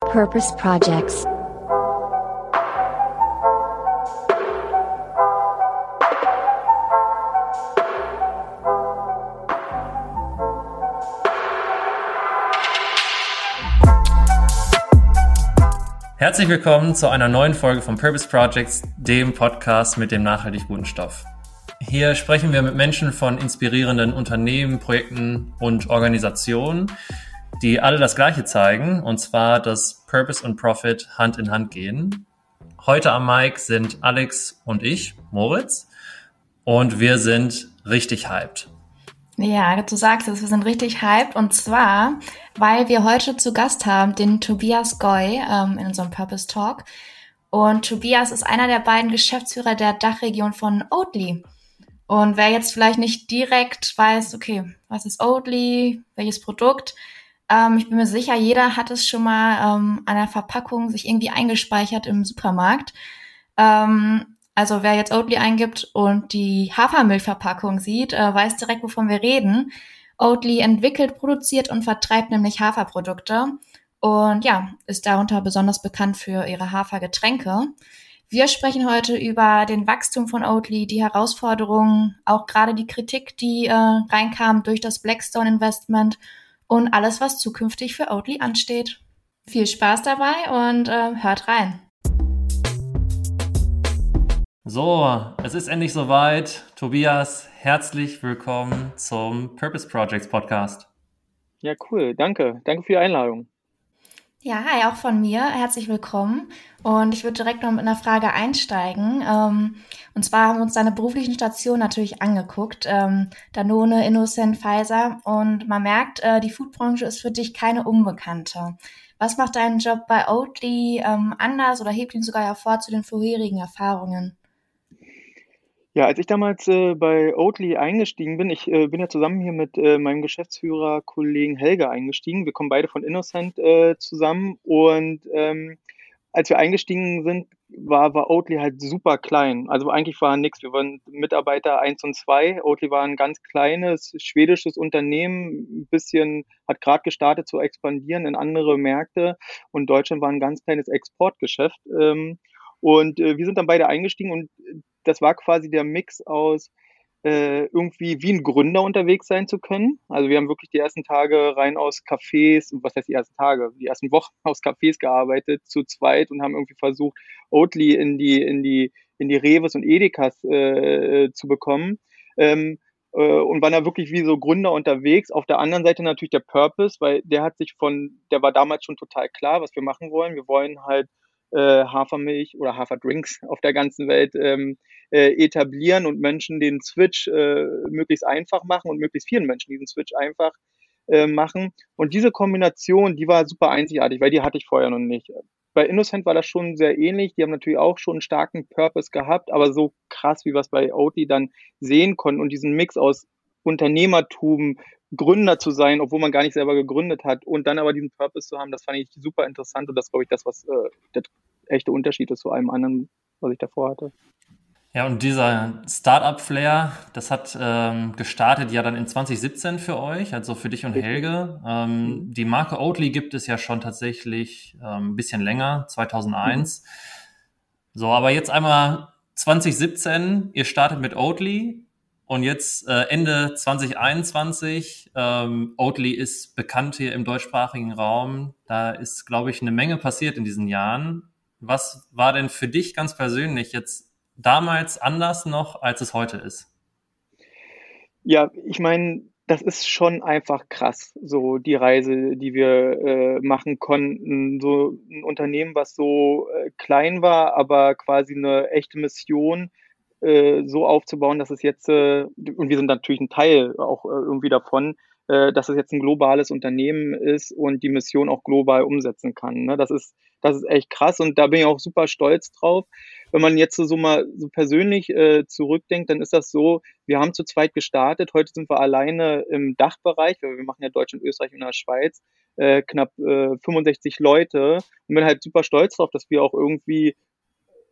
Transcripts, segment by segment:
Purpose Projects. Herzlich willkommen zu einer neuen Folge von Purpose Projects, dem Podcast mit dem nachhaltig guten Stoff. Hier sprechen wir mit Menschen von inspirierenden Unternehmen, Projekten und Organisationen, die alle das Gleiche zeigen, und zwar, dass Purpose und Profit Hand in Hand gehen. Heute am Mic sind Alex und ich, Moritz, und wir sind richtig hyped. Ja, du sagst es, wir sind richtig hyped, und zwar, weil wir heute zu Gast haben den Tobias Goy in unserem Purpose Talk. Und Tobias ist einer der beiden Geschäftsführer der Dachregion von Oatly. Und wer jetzt vielleicht nicht direkt weiß, okay, was ist Oatly, welches Produkt, ich bin mir sicher, jeder hat es schon mal an der Verpackung sich irgendwie eingespeichert im Supermarkt. Also wer jetzt Oatly eingibt und die Hafermilchverpackung sieht, weiß direkt, wovon wir reden. Oatly entwickelt, produziert und vertreibt nämlich Haferprodukte und ja, ist darunter besonders bekannt für ihre Hafergetränke. Wir sprechen heute über den Wachstum von Oatly, die Herausforderungen, auch gerade die Kritik, die reinkam durch das Blackstone Investment und alles, was zukünftig für Oatly ansteht. Viel Spaß dabei und hört rein. So, es ist endlich soweit. Tobias, herzlich willkommen zum Purpose Projects Podcast. Ja, cool. Danke. Danke für die Einladung. Ja, hi, auch von mir. Herzlich willkommen. Und ich würde direkt noch mit einer Frage einsteigen. Und zwar haben wir uns deine beruflichen Stationen natürlich angeguckt. Danone, Innocent, Pfizer. Und man merkt, die Foodbranche ist für dich keine Unbekannte. Was macht deinen Job bei Oatly anders oder hebt ihn sogar hervor zu den vorherigen Erfahrungen? Ja, als ich damals bei Oatly eingestiegen bin, ich bin ja zusammen hier mit meinem Geschäftsführer-Kollegen Helge eingestiegen. Wir kommen beide von Innocent zusammen, und als wir eingestiegen sind, war Oatly halt super klein. Also eigentlich war nichts. Wir waren Mitarbeiter 1 und 2. Oatly war ein ganz kleines schwedisches Unternehmen, ein bisschen, hat gerade gestartet zu expandieren in andere Märkte, und Deutschland war ein ganz kleines Exportgeschäft. Und wir sind dann beide eingestiegen, und das war quasi der Mix aus irgendwie wie ein Gründer unterwegs sein zu können. Also wir haben wirklich die ersten Tage rein aus Cafés, was heißt die ersten Tage, die ersten Wochen aus Cafés gearbeitet, zu zweit, und haben irgendwie versucht, Oatly in die Reves und Edekas zu bekommen. Und waren da wirklich wie so Gründer unterwegs. Auf der anderen Seite natürlich der Purpose, weil der war damals schon total klar, was wir machen wollen. Wir wollen halt Hafermilch oder Haferdrinks auf der ganzen Welt etablieren und Menschen den Switch möglichst einfach machen und möglichst vielen Menschen diesen Switch einfach machen. Und diese Kombination, die war super einzigartig, weil die hatte ich vorher noch nicht. Bei Innocent war das schon sehr ähnlich. Die haben natürlich auch schon einen starken Purpose gehabt, aber so krass, wie wir es bei Oatly dann sehen konnten, und diesen Mix aus Unternehmertum, Gründer zu sein, obwohl man gar nicht selber gegründet hat, und dann aber diesen Purpose zu haben, das fand ich super interessant, und das glaube ich das, was der echte Unterschied ist zu allem anderen, was ich davor hatte. Ja, und dieser Startup-Flair, das hat gestartet ja dann in 2017 für euch, also für dich und Helge. Die Marke Oatly gibt es ja schon tatsächlich ein bisschen länger, 2001. So, aber jetzt einmal 2017, ihr startet mit Oatly, und jetzt Ende 2021, Oatly ist bekannt hier im deutschsprachigen Raum. Da ist, glaube ich, eine Menge passiert in diesen Jahren. Was war denn für dich ganz persönlich jetzt damals anders noch, als es heute ist? Ja, ich meine, das ist schon einfach krass, so die Reise, die wir machen konnten. So ein Unternehmen, was so klein war, aber quasi eine echte Mission so aufzubauen, dass es jetzt, und wir sind natürlich ein Teil auch irgendwie davon, dass es jetzt ein globales Unternehmen ist und die Mission auch global umsetzen kann. Ne? Das ist echt krass, und da bin ich auch super stolz drauf. Wenn man jetzt so mal so persönlich zurückdenkt, dann ist das so: Wir haben zu zweit gestartet. Heute sind wir alleine im Dachbereich, weil wir machen ja Deutschland, Österreich und der Schweiz, knapp 65 Leute, und bin halt super stolz drauf, dass wir auch irgendwie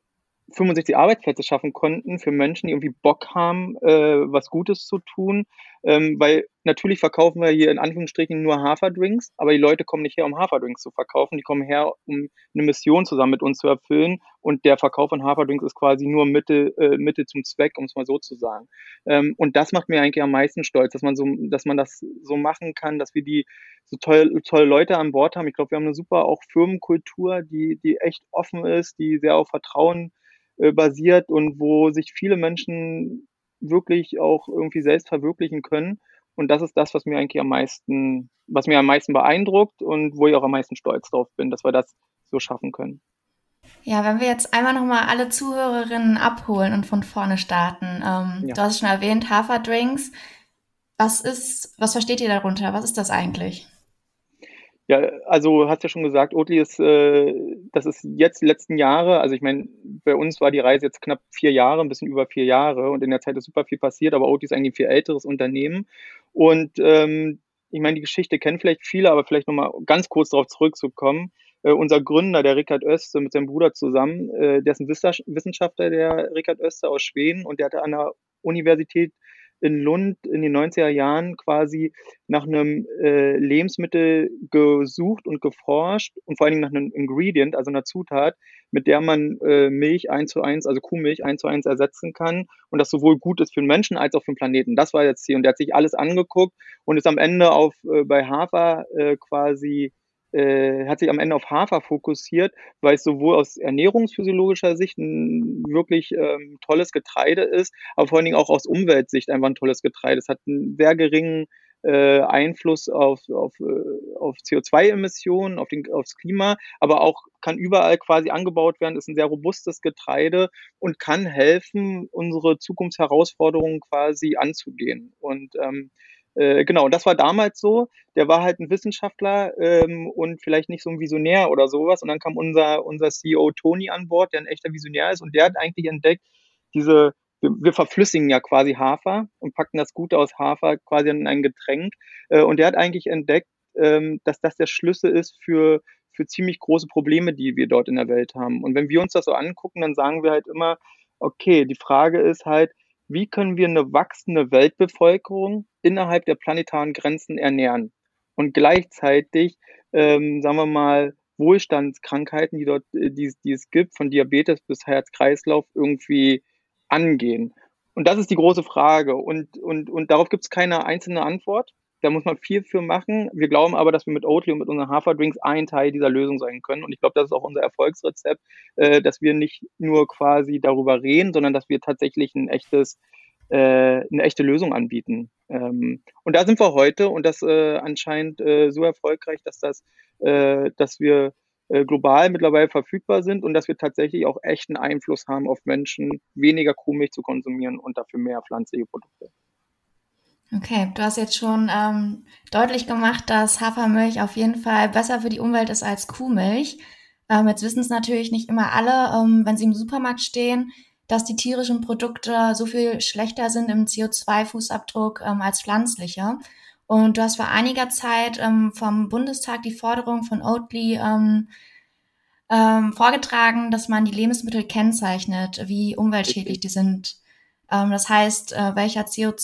65 Arbeitsplätze schaffen konnten für Menschen, die irgendwie Bock haben, was Gutes zu tun. Weil natürlich verkaufen wir hier in Anführungsstrichen nur Haferdrinks, aber die Leute kommen nicht her, um Haferdrinks zu verkaufen. Die kommen her, um eine Mission zusammen mit uns zu erfüllen. Und der Verkauf von Haferdrinks ist quasi nur Mittel zum Zweck, um es mal so zu sagen. Und das macht mir eigentlich am meisten stolz, dass man das so machen kann, dass wir die so tolle Leute an Bord haben. Ich glaube, wir haben eine super auch Firmenkultur, die echt offen ist, die sehr auf Vertrauen basiert und wo sich viele Menschen wirklich auch irgendwie selbst verwirklichen können. Und das ist das, was mir am meisten beeindruckt und wo ich auch am meisten stolz drauf bin, dass wir das so schaffen können. Ja, wenn wir jetzt einmal nochmal alle Zuhörerinnen abholen und von vorne starten. Ja. Du hast es schon erwähnt, Haferdrinks. Was versteht ihr darunter? Was ist das eigentlich? Ja, also hast ja schon gesagt, Oatly das ist jetzt die letzten Jahre, also ich meine, bei uns war die Reise jetzt knapp 4 Jahre, ein bisschen über 4 Jahre und in der Zeit ist super viel passiert, aber Oatly ist eigentlich ein viel älteres Unternehmen und ich meine, die Geschichte kennen vielleicht viele, aber vielleicht nochmal ganz kurz darauf zurückzukommen. Unser Gründer, der Rickard Öste, mit seinem Bruder zusammen, der ist ein Wissenschaftler, der Rickard Öste aus Schweden und der hatte an der Universität in Lund in den 90er Jahren quasi nach einem Lebensmittel gesucht und geforscht und vor allen Dingen nach einem Ingredient, also einer Zutat, mit der man Milch 1:1, also Kuhmilch 1:1 ersetzen kann und das sowohl gut ist für den Menschen als auch für den Planeten. Das war jetzt hier und der hat sich alles angeguckt und ist am Ende bei Hafer hat sich am Ende auf Hafer fokussiert, weil es sowohl aus ernährungsphysiologischer Sicht ein wirklich tolles Getreide ist, aber vor allen Dingen auch aus Umweltsicht einfach ein tolles Getreide. Es hat einen sehr geringen Einfluss auf CO2-Emissionen, aufs Klima, aber auch kann überall quasi angebaut werden, ist ein sehr robustes Getreide und kann helfen, unsere Zukunftsherausforderungen quasi anzugehen. Und genau, das war damals so. Der war halt ein Wissenschaftler und vielleicht nicht so ein Visionär oder sowas. Und dann kam unser CEO Toni an Bord, der ein echter Visionär ist. Und der hat eigentlich entdeckt, wir verflüssigen ja quasi Hafer und packen das Gute aus Hafer quasi in ein Getränk. Und der hat eigentlich entdeckt, dass das der Schlüssel ist für ziemlich große Probleme, die wir dort in der Welt haben. Und wenn wir uns das so angucken, dann sagen wir halt immer, okay, die Frage ist halt, wie können wir eine wachsende Weltbevölkerung innerhalb der planetaren Grenzen ernähren und gleichzeitig, sagen wir mal, Wohlstandskrankheiten, die es gibt, von Diabetes bis Herz-Kreislauf, irgendwie angehen. Und das ist die große Frage. Und darauf gibt es keine einzelne Antwort. Da muss man viel für machen. Wir glauben aber, dass wir mit Oatly und mit unseren Haferdrinks ein Teil dieser Lösung sein können. Und ich glaube, das ist auch unser Erfolgsrezept, dass wir nicht nur quasi darüber reden, sondern dass wir tatsächlich eine echte Lösung anbieten. Und da sind wir heute und das anscheinend so erfolgreich, dass wir global mittlerweile verfügbar sind und dass wir tatsächlich auch echten Einfluss haben auf Menschen, weniger Kuhmilch zu konsumieren und dafür mehr pflanzliche Produkte. Okay, du hast jetzt schon deutlich gemacht, dass Hafermilch auf jeden Fall besser für die Umwelt ist als Kuhmilch. Jetzt wissen es natürlich nicht immer alle, wenn sie im Supermarkt stehen, dass die tierischen Produkte so viel schlechter sind im CO2-Fußabdruck als pflanzliche. Und du hast vor einiger Zeit vom Bundestag die Forderung von Oatly vorgetragen, dass man die Lebensmittel kennzeichnet, wie umweltschädlich die sind. Das heißt, welcher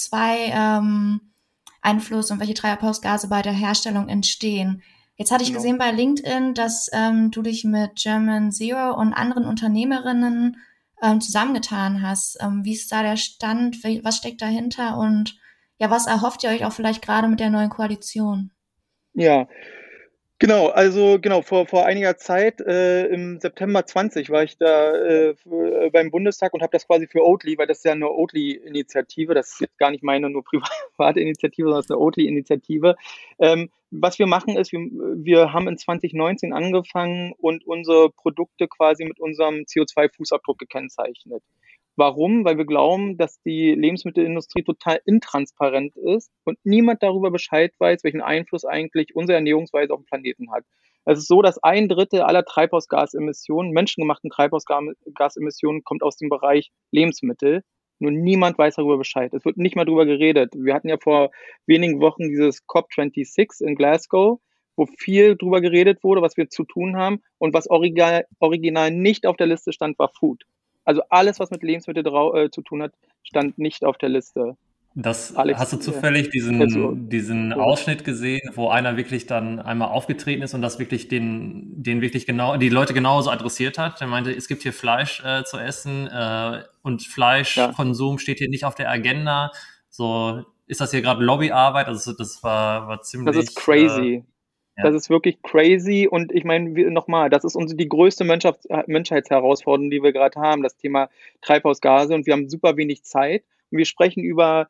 CO2-Einfluss und welche Treibhausgase bei der Herstellung entstehen. Jetzt hatte ich gesehen bei LinkedIn, dass du dich mit German Zero und anderen Unternehmerinnen zusammengetan hast. Wie ist da der Stand? Was steckt dahinter? Und ja, was erhofft ihr euch auch vielleicht gerade mit der neuen Koalition? Ja, genau, also genau, vor einiger Zeit, im September 20 war ich da beim Bundestag und habe das quasi für Oatly, weil das ist ja eine Oatly-Initiative, das ist jetzt gar nicht meine nur private Initiative, sondern es ist eine Oatly-Initiative. Was wir machen ist, wir haben in 2019 angefangen und unsere Produkte quasi mit unserem CO2-Fußabdruck gekennzeichnet. Warum? Weil wir glauben, dass die Lebensmittelindustrie total intransparent ist und niemand darüber Bescheid weiß, welchen Einfluss eigentlich unsere Ernährungsweise auf den Planeten hat. Es ist so, dass 1/3 aller Treibhausgasemissionen, menschengemachten Treibhausgasemissionen, kommt aus dem Bereich Lebensmittel. Nur niemand weiß darüber Bescheid. Es wird nicht mal darüber geredet. Wir hatten ja vor wenigen Wochen dieses COP26 in Glasgow, wo viel darüber geredet wurde, was wir zu tun haben. Und was original nicht auf der Liste stand, war Food. Also alles, was mit Lebensmitteln zu tun hat, stand nicht auf der Liste. Das Alex, hast du zufällig kennst du diesen sowas? Ausschnitt gesehen, wo einer wirklich dann einmal aufgetreten ist und das wirklich den wirklich genau, die Leute genauso adressiert hat. Der meinte, es gibt hier Fleisch zu essen und Ja, Fleischkonsum steht hier nicht auf der Agenda. So, ist das hier gerade Lobbyarbeit? Also das war das ist ziemlich, crazy. Das ja. ist wirklich crazy und ich meine, nochmal, das ist die größte Menschheitsherausforderung, die wir gerade haben, das Thema Treibhausgase und wir haben super wenig Zeit und wir sprechen über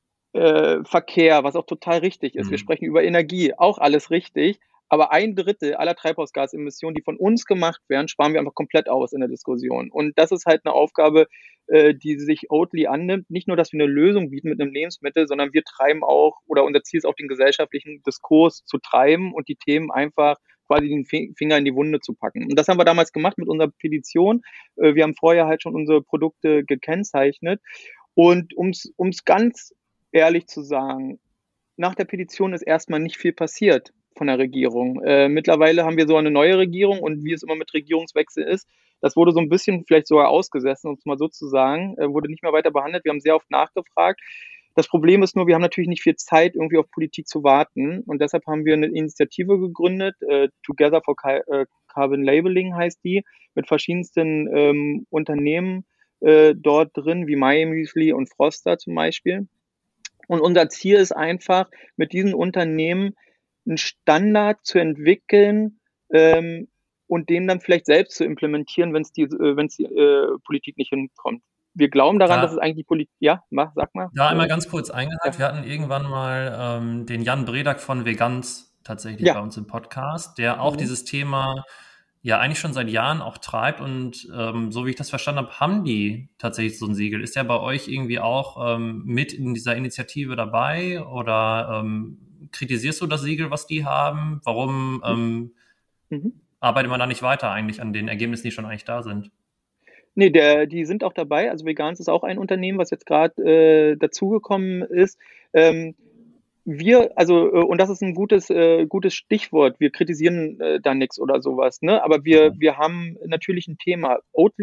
Verkehr, was auch total richtig ist. Wir Hm. sprechen über Energie, auch alles richtig. Aber ein Drittel aller Treibhausgasemissionen, die von uns gemacht werden, sparen wir einfach komplett aus in der Diskussion. Und das ist halt eine Aufgabe, die sich Oatly annimmt. Nicht nur, dass wir eine Lösung bieten mit einem Lebensmittel, sondern wir treiben auch, oder unser Ziel ist auch, den gesellschaftlichen Diskurs zu treiben und die Themen einfach quasi den Finger in die Wunde zu packen. Und das haben wir damals gemacht mit unserer Petition. Wir haben vorher halt schon unsere Produkte gekennzeichnet. Und ums ganz ehrlich zu sagen, nach der Petition ist erstmal nicht viel passiert von der Regierung. Mittlerweile haben wir so eine neue Regierung und wie es immer mit Regierungswechsel ist, das wurde so ein bisschen vielleicht sogar ausgesessen, um es mal so zu sagen, wurde nicht mehr weiter behandelt. Wir haben sehr oft nachgefragt. Das Problem ist nur, wir haben natürlich nicht viel Zeit, irgendwie auf Politik zu warten. Und deshalb haben wir eine Initiative gegründet, Together for Carbon Labeling heißt die, mit verschiedensten Unternehmen dort drin, wie My Müsli und Froster zum Beispiel. Und unser Ziel ist einfach, mit diesen Unternehmen einen Standard zu entwickeln und den dann vielleicht selbst zu implementieren, wenn es die Politik nicht hinkommt. Wir glauben daran, dass es Da, eigentlich die Politik. Ja, sag mal. da einmal ganz kurz Ja. eingehakt. Wir hatten irgendwann mal den Jan Bredak von Veganz tatsächlich bei Ja. uns im Podcast, der auch Mhm. dieses Thema ja eigentlich schon seit Jahren auch treibt und so wie ich das verstanden habe, haben die tatsächlich so ein Siegel. Ist der bei euch irgendwie auch mit in dieser Initiative dabei oder kritisierst du das Siegel, was die haben? Warum Mhm. arbeitet man da nicht weiter eigentlich an den Ergebnissen, die schon eigentlich da sind? Nee, die sind auch dabei. Also Vegans ist auch ein Unternehmen, was jetzt gerade dazugekommen ist. Ähm, und das ist ein gutes Stichwort. Wir kritisieren da nichts oder sowas, ne? Aber Mhm. wir haben natürlich ein Thema.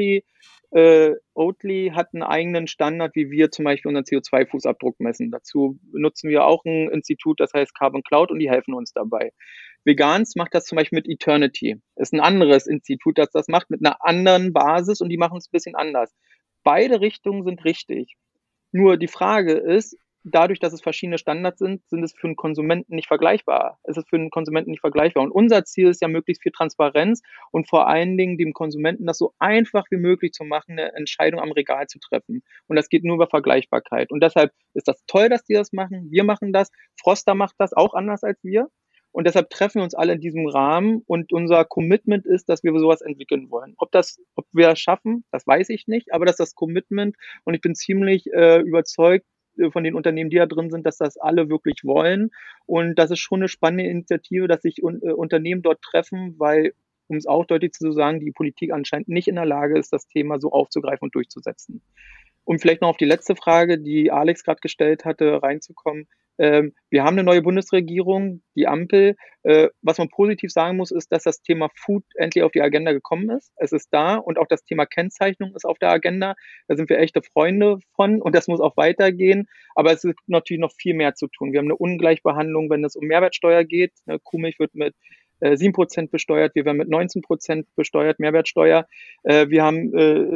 Oatly hat einen eigenen Standard, wie wir zum Beispiel unseren CO2-Fußabdruck messen. Dazu nutzen wir auch ein Institut, das heißt Carbon Cloud, und die helfen uns dabei. Vegans macht das zum Beispiel mit Eternity. Ist ein anderes Institut, das das macht, mit einer anderen Basis, und die machen es ein bisschen anders. Beide Richtungen sind richtig. Nur die Frage ist, dadurch, dass es verschiedene Standards sind es für einen Konsumenten nicht vergleichbar. Es ist für einen Konsumenten nicht vergleichbar. Und unser Ziel ist ja, möglichst viel Transparenz und vor allen Dingen dem Konsumenten das so einfach wie möglich zu machen, eine Entscheidung am Regal zu treffen. Und das geht nur über Vergleichbarkeit. Und deshalb ist das toll, dass die das machen. Wir machen das. Froster macht das auch anders als wir. Und deshalb treffen wir uns alle in diesem Rahmen, und unser Commitment ist, dass wir sowas entwickeln wollen. Ob wir das schaffen, das weiß ich nicht, aber das ist das Commitment, und ich bin ziemlich überzeugt von den Unternehmen, die da drin sind, dass das alle wirklich wollen. Und das ist schon eine spannende Initiative, dass sich Unternehmen dort treffen, weil, um es auch deutlich zu sagen, die Politik anscheinend nicht in der Lage ist, das Thema so aufzugreifen und durchzusetzen. Um vielleicht noch auf die letzte Frage, die Alex gerade gestellt hatte, reinzukommen. Wir haben eine neue Bundesregierung, die Ampel. Was man positiv sagen muss, ist, dass das Thema Food endlich auf die Agenda gekommen ist. Es ist da, und auch das Thema Kennzeichnung ist auf der Agenda. Da sind wir echte Freunde von, und das muss auch weitergehen. Aber es ist natürlich noch viel mehr zu tun. Wir haben eine Ungleichbehandlung, wenn es um Mehrwertsteuer geht. Kuhmilch wird mit 7% besteuert, wir werden mit 19% besteuert, Mehrwertsteuer. Wir haben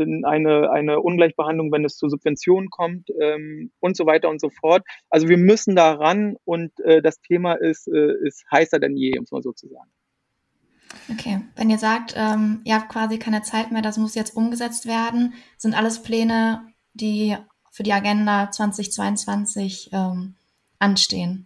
eine Ungleichbehandlung, wenn es zu Subventionen kommt, und so weiter und so fort. Also wir müssen da ran, und das Thema ist heißer denn je, um es mal so zu sagen. Okay, wenn ihr sagt, ihr habt quasi keine Zeit mehr, das muss jetzt umgesetzt werden, sind alles Pläne, die für die Agenda 2022 anstehen?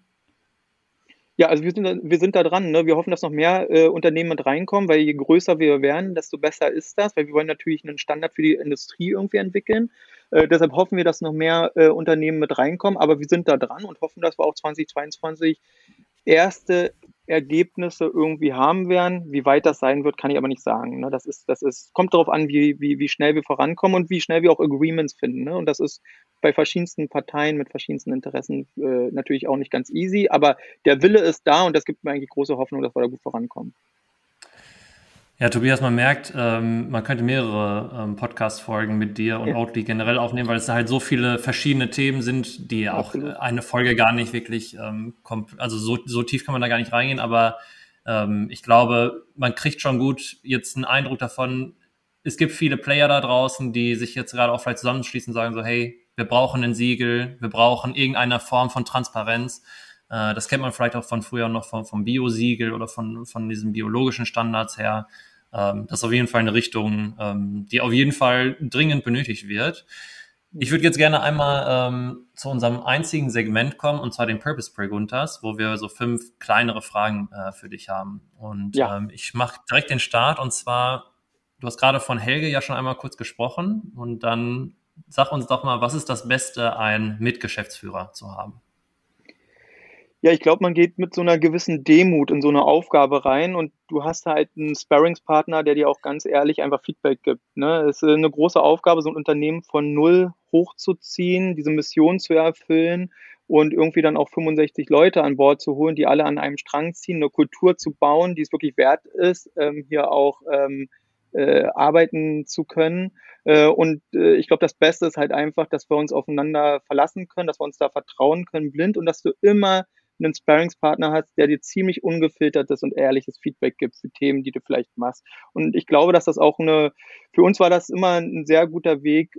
Ja, also wir sind da dran. Ne? Wir hoffen, dass noch mehr Unternehmen mit reinkommen, weil je größer wir werden, desto besser ist das, weil wir wollen natürlich einen Standard für die Industrie irgendwie entwickeln. Deshalb hoffen wir, dass noch mehr Unternehmen mit reinkommen, aber wir sind da dran und hoffen, dass wir auch 2022 erste Ergebnisse irgendwie haben werden. Wie weit das sein wird, kann ich aber nicht sagen. Ne? Kommt darauf an, wie schnell wir vorankommen und wie schnell wir auch Agreements finden. Ne? Und das ist bei verschiedensten Parteien mit verschiedensten Interessen natürlich auch nicht ganz easy, aber der Wille ist da, und das gibt mir eigentlich große Hoffnung, dass wir da gut vorankommen. Ja, Tobias, man merkt, man könnte mehrere Podcast-Folgen mit dir und Ja, Oatly generell aufnehmen, weil es halt so viele verschiedene Themen sind, die auch absolut. eine Folge gar nicht wirklich also so tief kann man da gar nicht reingehen, aber ich glaube, man kriegt schon gut jetzt einen Eindruck davon. Es gibt viele Player da draußen, die sich jetzt gerade auch vielleicht zusammenschließen und sagen so, hey, wir brauchen ein Siegel, wir brauchen irgendeine Form von Transparenz. Das kennt man vielleicht auch von früher noch vom Bio-Siegel oder von diesen biologischen Standards her. Das ist auf jeden Fall eine Richtung, die auf jeden Fall dringend benötigt wird. Ich würde jetzt gerne einmal zu unserem einzigen Segment kommen, und zwar den Purpose Preguntas, wo wir so 5 kleinere Fragen für dich haben. Und Ja. ich mache direkt den Start, und zwar, du hast gerade von Helge ja schon einmal kurz gesprochen, und dann sag uns doch mal, was ist das Beste, einen Mitgeschäftsführer zu haben? Ja, ich glaube, man geht mit so einer gewissen Demut in so eine Aufgabe rein und du hast halt einen Sparringspartner, der dir auch ganz ehrlich einfach Feedback gibt, ne? Es ist eine große Aufgabe, so ein Unternehmen von null hochzuziehen, diese Mission zu erfüllen und irgendwie dann auch 65 Leute an Bord zu holen, die alle an einem Strang ziehen, eine Kultur zu bauen, die es wirklich wert ist, hier auch, arbeiten zu können. Ich glaube, das Beste ist halt einfach, dass wir uns aufeinander verlassen können, dass wir uns da vertrauen können blind und dass du immer einen Sparringspartner hast, der dir ziemlich ungefiltertes und ehrliches Feedback gibt für Themen, die du vielleicht machst. Und ich glaube, dass das auch für uns war das immer ein sehr guter Weg,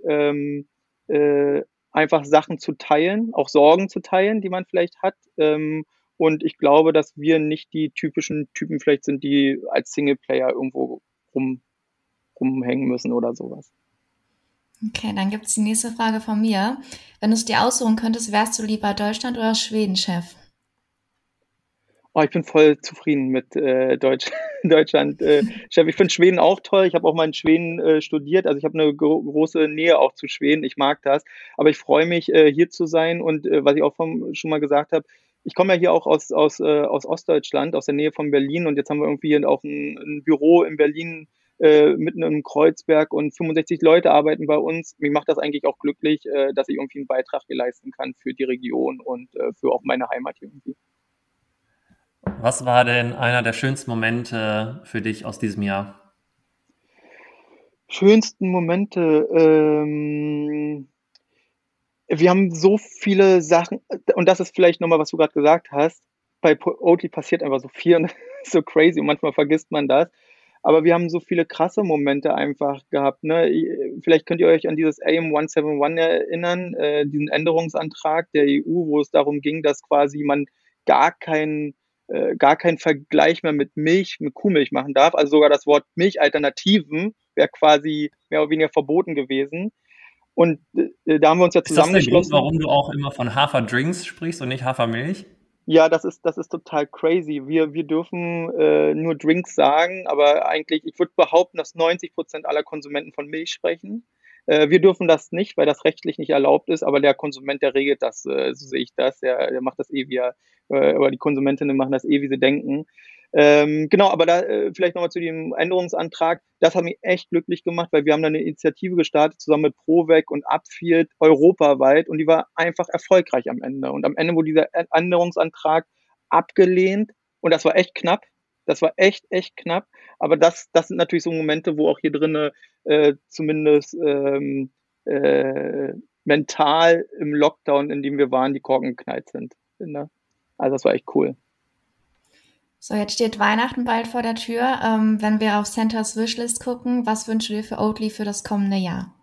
äh, einfach Sachen zu teilen, auch Sorgen zu teilen, die man vielleicht hat. Und ich glaube, dass wir nicht die typischen Typen vielleicht sind, die als Singleplayer irgendwo rum, rumhängen müssen oder sowas. Okay, dann gibt es die nächste Frage von mir. Wenn du es dir aussuchen könntest, wärst du lieber Deutschland- oder Schweden-Chef? Oh, ich bin voll zufrieden mit Deutschland. Chef, ich finde Schweden auch toll. Ich habe auch mal in Schweden studiert. Also ich habe eine große Nähe auch zu Schweden. Ich mag das. Aber ich freue mich, hier zu sein. Und was ich auch schon mal gesagt habe, ich komme ja hier auch aus Ostdeutschland, aus der Nähe von Berlin. Und jetzt haben wir irgendwie auch ein Büro in Berlin mitten im Kreuzberg und 65 Leute arbeiten bei uns. Mich macht das eigentlich auch glücklich, dass ich irgendwie einen Beitrag hier leisten kann für die Region und für auch meine Heimat hier irgendwie. Was war denn einer der schönsten Momente für dich aus diesem Jahr? Schönsten Momente, wir haben so viele Sachen und das ist vielleicht noch mal, was du grad gesagt hast. Bei Oatly passiert einfach so viel und so crazy und manchmal vergisst man das. Aber wir haben so viele krasse Momente einfach gehabt, ne? Vielleicht könnt ihr euch an dieses AM 171 erinnern, diesen Änderungsantrag der EU, wo es darum ging, dass quasi man gar keinen gar keinen Vergleich mehr mit Milch, mit Kuhmilch machen darf. Also sogar das Wort Milchalternativen wäre quasi mehr oder weniger verboten gewesen. Und da haben wir uns ja Ist das der Grund, zusammengeschlossen. warum du auch immer von Haferdrinks sprichst und nicht Hafermilch? Ja, das ist total crazy. Wir dürfen nur Drinks sagen, aber eigentlich, ich würde behaupten, dass 90% aller Konsumenten von Milch sprechen. Wir dürfen das nicht, weil das rechtlich nicht erlaubt ist, aber der Konsument, der regelt das, so sehe ich das. Der macht das eh, aber die Konsumentinnen machen das eh, wie sie denken. Genau, aber da vielleicht nochmal zu dem Änderungsantrag. Das hat mich echt glücklich gemacht, weil wir haben da eine Initiative gestartet, zusammen mit Provec und Upfield europaweit und die war einfach erfolgreich am Ende. Und am Ende wurde dieser Änderungsantrag abgelehnt und das war echt knapp. Das war echt, echt knapp. Aber das sind natürlich so Momente, wo auch hier drinnen zumindest äh, mental im Lockdown, in dem wir waren, die Korken geknallt sind. Ne? Also das war echt cool. So, jetzt steht Weihnachten bald vor der Tür. Wenn wir auf Santas Wishlist gucken, was wünschst du dir für Oatly für das kommende Jahr?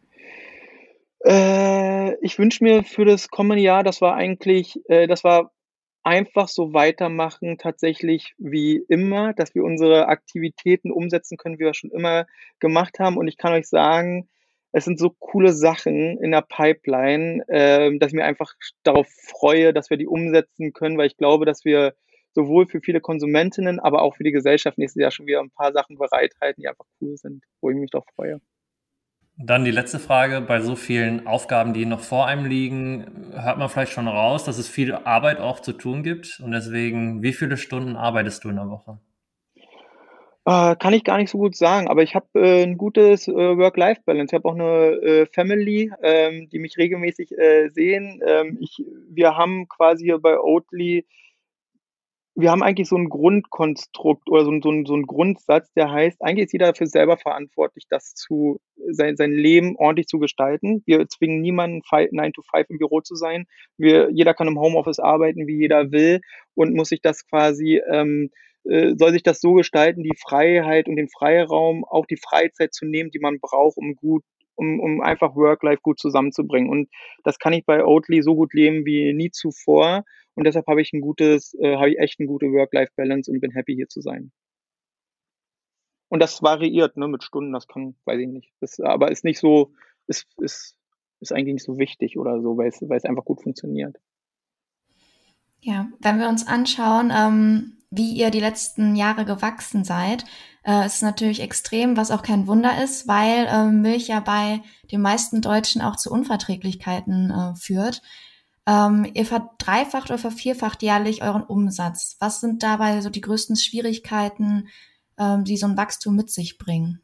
Ich wünsche mir für das kommende Jahr, das war einfach so weitermachen tatsächlich wie immer, dass wir unsere Aktivitäten umsetzen können, wie wir schon immer gemacht haben. Und ich kann euch sagen, es sind so coole Sachen in der Pipeline, dass ich mir einfach darauf freue, dass wir die umsetzen können, weil ich glaube, dass wir sowohl für viele Konsumentinnen, aber auch für die Gesellschaft nächstes Jahr schon wieder ein paar Sachen bereithalten, die einfach cool sind, wo ich mich drauf freue. Dann die letzte Frage: Bei so vielen Aufgaben, die noch vor einem liegen, hört man vielleicht schon raus, dass es viel Arbeit auch zu tun gibt. Und deswegen, wie viele Stunden arbeitest du in der Woche? Kann ich gar nicht so gut sagen, aber ich habe 'n gutes, Work-Life-Balance. Ich habe auch eine Family, die mich regelmäßig, sehen. Wir haben quasi hier bei Oatly wir haben eigentlich so ein Grundkonstrukt oder so 'n Grundsatz, der heißt, eigentlich ist jeder für selber verantwortlich, sein Leben ordentlich zu gestalten. Wir zwingen niemanden, 9 to 5 im Büro zu sein. Jeder kann im Homeoffice arbeiten, wie jeder will und muss sich das quasi soll sich das so gestalten, die Freiheit und den Freiraum, auch die Freizeit zu nehmen, die man braucht, um einfach Work-Life gut zusammenzubringen. Und das kann ich bei Oatly so gut leben wie nie zuvor. Und deshalb habe ich echt eine gute Work-Life-Balance und bin happy, hier zu sein. Und das variiert, ne, mit Stunden, weiß ich nicht. Aber ist nicht so, ist eigentlich nicht so wichtig oder so, weil es einfach gut funktioniert. Ja, wenn wir uns anschauen, wie ihr die letzten Jahre gewachsen seid, ist es natürlich extrem, was auch kein Wunder ist, weil Milch ja bei den meisten Deutschen auch zu Unverträglichkeiten führt. Ihr verdreifacht oder vervierfacht jährlich euren Umsatz. Was sind dabei so die größten Schwierigkeiten, die so ein Wachstum mit sich bringen?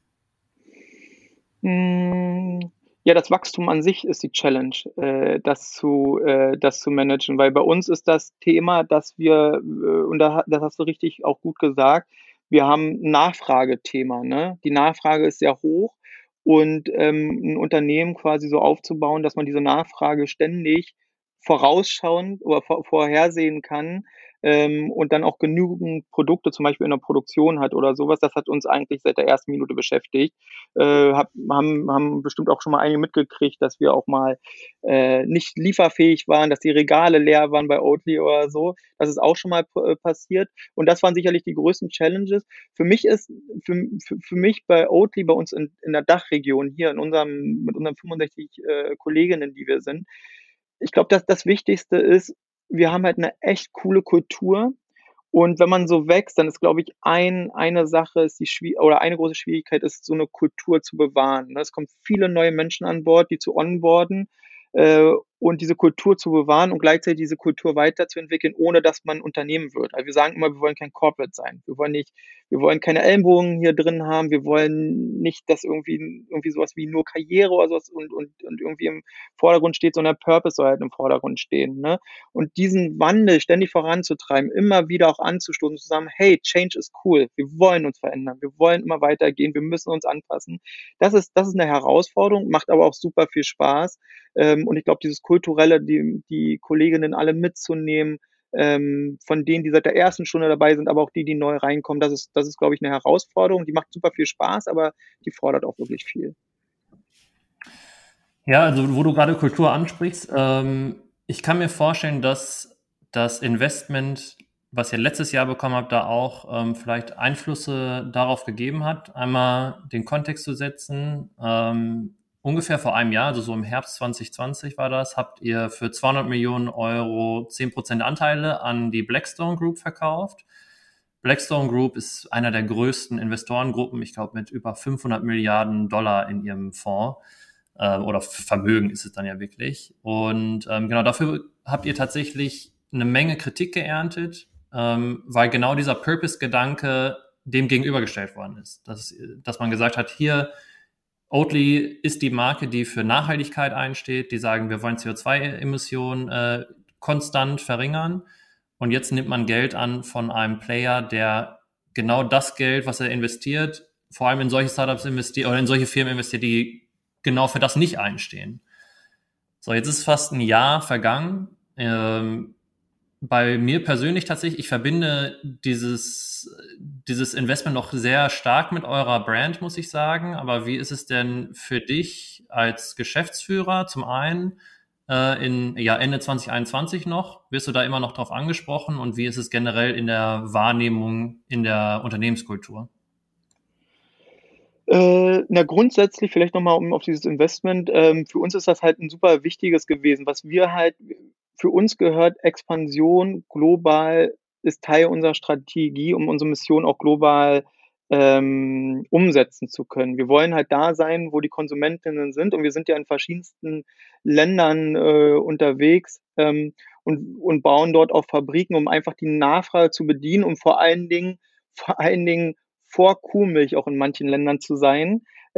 Ja, das Wachstum an sich ist die Challenge, das zu managen, weil bei uns ist das Thema, dass und das hast du richtig auch gut gesagt, wir haben 'n Nachfragethema, ne? Die Nachfrage ist sehr hoch und 'n Unternehmen quasi so aufzubauen, dass man diese Nachfrage ständig vorausschauend oder vorhersehen kann, und dann auch genügend Produkte zum Beispiel in der Produktion hat oder sowas. Das hat uns eigentlich seit der ersten Minute beschäftigt. Haben bestimmt auch schon mal einige mitgekriegt, dass wir auch mal nicht lieferfähig waren, dass die Regale leer waren bei Oatly oder so. Das ist auch schon mal passiert. Und das waren sicherlich die größten Challenges. Für mich ist, für mich bei Oatly, bei uns in der Dachregion hier mit unseren 65 Kolleginnen, die wir sind, ich glaube, dass das Wichtigste ist, wir haben halt eine echt coole Kultur und wenn man so wächst, dann ist, glaube ich, eine Sache ist die schwie oder eine große Schwierigkeit ist, so 'ne Kultur zu bewahren, ne? Es kommen viele neue Menschen an Bord, die zu onboarden, und diese Kultur zu bewahren und gleichzeitig diese Kultur weiterzuentwickeln, ohne dass man 'n Unternehmen wird. Also, wir sagen immer, wir wollen kein Corporate sein. Wir wollen keine Ellenbogen hier drin haben. Wir wollen nicht, dass irgendwie so was wie nur Karriere oder so was und irgendwie im Vordergrund steht, sondern Purpose soll halt im Vordergrund stehen, ne? Und diesen Wandel ständig voranzutreiben, immer wieder auch anzustoßen, zu sagen: „Hey, Change ist cool. Wir wollen uns verändern. Wir wollen immer weitergehen. Wir müssen uns anpassen." Das ist 'ne Herausforderung, macht aber auch super viel Spaß. Und ich glaube, dieses Kulturelle, die Kolleginnen alle mitzunehmen, von denen, die seit der ersten Stunde dabei sind, aber auch die neu reinkommen, das ist, glaube ich, 'ne Herausforderung. Die macht super viel Spaß, aber die fordert auch wirklich viel. Ja, also wo du gerade Kultur ansprichst, ich kann mir vorstellen, dass das Investment, was ihr letztes Jahr bekommen habt, da auch vielleicht Einflüsse darauf gegeben hat. Einmal den Kontext zu setzen. Ungefähr vor einem Jahr, also so im Herbst 2020 war das, habt ihr für 200 Millionen Euro 10% Anteile an die Blackstone Group verkauft. Blackstone Group ist einer der größten Investorengruppen, ich glaube mit über 500 Milliarden Dollar in ihrem Fonds. Oder Vermögen ist es dann ja wirklich. Und genau dafür habt ihr tatsächlich eine Menge Kritik geerntet, weil genau dieser Purpose-Gedanke dem gegenübergestellt worden ist. Dass man gesagt hat, hier, Oatly ist die Marke, die für Nachhaltigkeit einsteht, die sagen, wir wollen CO2-Emissionen konstant verringern. Und jetzt nimmt man Geld an von einem Player, der genau das Geld, was er investiert, vor allem in solche Startups investiert oder in solche Firmen investiert, die genau für das nicht einstehen. So, jetzt ist fast ein Jahr vergangen. Bei mir persönlich tatsächlich, ich verbinde dieses Investment noch sehr stark mit eurer Brand, muss ich sagen. Aber wie ist es denn für dich als Geschäftsführer zum einen Ende 2021 noch? Wirst du da immer noch drauf angesprochen? Und wie ist es generell in der Wahrnehmung in der Unternehmenskultur? Na, grundsätzlich vielleicht noch mal auf dieses Investment. Für uns ist das halt ein super wichtiges gewesen. Was wir halt für uns gehört Expansion global ist Teil unserer Strategie, um unsere Mission auch global, umsetzen zu können. Wir wollen halt da sein, wo die Konsumentinnen sind und wir sind ja in verschiedensten Ländern, unterwegs, und bauen dort auch Fabriken, um einfach die Nachfrage zu bedienen und vor allen Dingen vor Kuhmilch auch in manchen Ländern zu sein,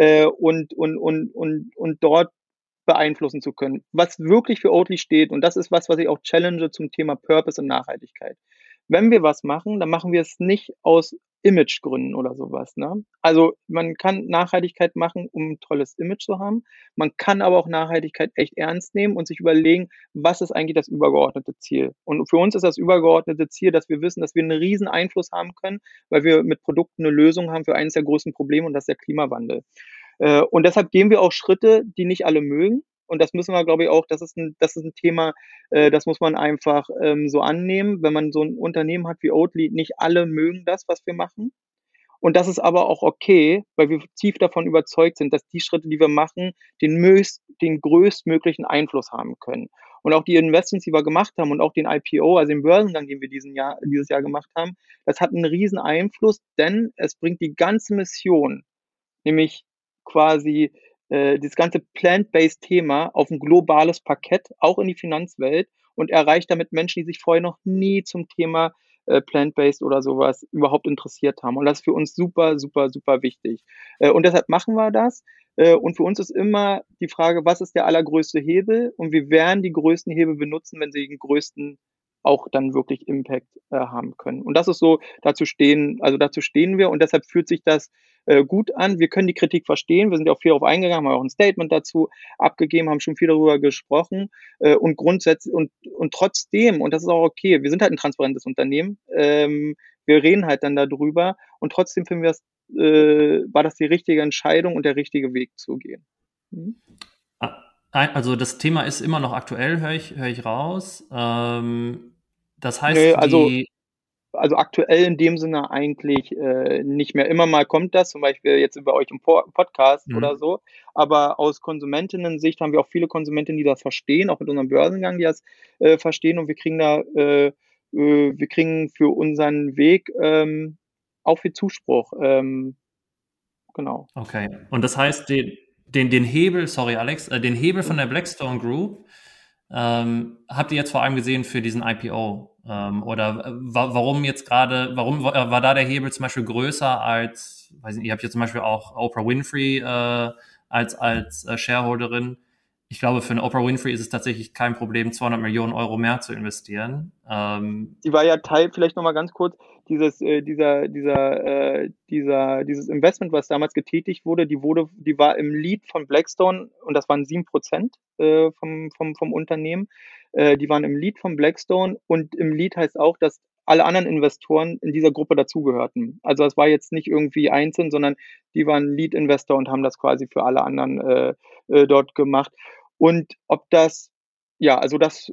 und dort beeinflussen zu können. Was wirklich für Oatly steht, und das ist was, was ich auch challenge zum Thema Purpose und Nachhaltigkeit. wenn wir was machen, dann machen wir es nicht aus Imagegründen oder sowas, ne? Also, man kann Nachhaltigkeit machen, um 'n tolles Image zu haben. Man kann aber auch Nachhaltigkeit echt ernst nehmen und sich überlegen: „Was ist eigentlich das übergeordnete Ziel?“ Und für uns ist das übergeordnete Ziel, dass wir wissen, dass wir 'n riesen Einfluss haben können, weil wir mit Produkten 'ne Lösung haben für eines der größten Probleme und das ist der Klimawandel. Und deshalb gehen wir auch Schritte, die nicht alle mögen. Und das müssen wir, glaube ich, auch das ist 'n Thema, das muss man einfach, so annehmen. Wenn man so 'n Unternehmen hat wie Oatly, nicht alle mögen das, was wir machen. Und das ist aber auch okay, weil wir tief davon überzeugt sind, dass die Schritte, die wir machen, den größtmöglichen Einfluss haben können. Und auch die Investments, die wir gemacht haben und auch den IPO, also den Börsengang, den wir dieses Jahr gemacht haben, das hat 'n riesen Einfluss, denn es bringt die ganze Mission, nämlich quasi, das ganze Plant-Based-Thema auf 'n globales Parkett, auch in die Finanzwelt und erreicht damit Menschen, die sich vorher noch nie zum Thema, Plant-Based oder so was überhaupt interessiert haben. Und das ist für uns super, super, super wichtig. Und deshalb machen wir das. Und für uns ist immer die Frage: „Was ist der allergrößte Hebel?“ Und wir werden die größten Hebel benutzen, wenn sie den größten auch dann wirklich Impact, haben können. Und das ist so, dazu stehen wir und deshalb fühlt sich das gut an. Wir können die Kritik verstehen. Wir sind ja auch viel darauf eingegangen, haben auch ein Statement dazu abgegeben, haben schon viel darüber gesprochen. Und grundsätzlich und trotzdem, und das ist auch okay, wir sind halt ein transparentes Unternehmen, wir reden halt dann darüber und trotzdem finden wir es, war das die richtige Entscheidung und der richtige Weg zu gehen. Mhm. Also das Thema ist immer noch aktuell, höre ich raus. Das Nö, heißt, also aktuell in dem Sinne eigentlich, nicht mehr. Immer mal kommt das, zum Beispiel jetzt bei euch im Podcast oder Mhm. so, aber aus Konsumentinnen-Sicht haben wir auch viele Konsumentinnen, die das verstehen, auch mit unserem Börsengang, die das, verstehen und wir kriegen für unseren Weg, auch viel Zuspruch, genau. Okay. Und das heißt, den Hebel, sorry Alex, den Hebel von der Blackstone Group habt ihr jetzt vor allem gesehen für diesen IPO? Oder warum jetzt gerade, warum war da der Hebel zum Beispiel größer als, weiß nicht, ihr habt ja zum Beispiel auch Oprah Winfrey als Shareholderin. Ich glaube, für eine Oprah Winfrey ist es tatsächlich kein Problem, 200 Millionen Euro mehr zu investieren. Die war ja Teil, vielleicht noch mal ganz kurz, dieses Investment, was damals getätigt wurde, die war im Lead von Blackstone und das waren 7%, vom Unternehmen. Die waren im Lead von Blackstone und im Lead heißt auch, dass alle anderen Investoren in dieser Gruppe dazugehörten. Also, das war jetzt nicht irgendwie einzeln, sondern die waren Lead-Investor und haben das quasi für alle anderen, dort gemacht. Und ob das ja, also das,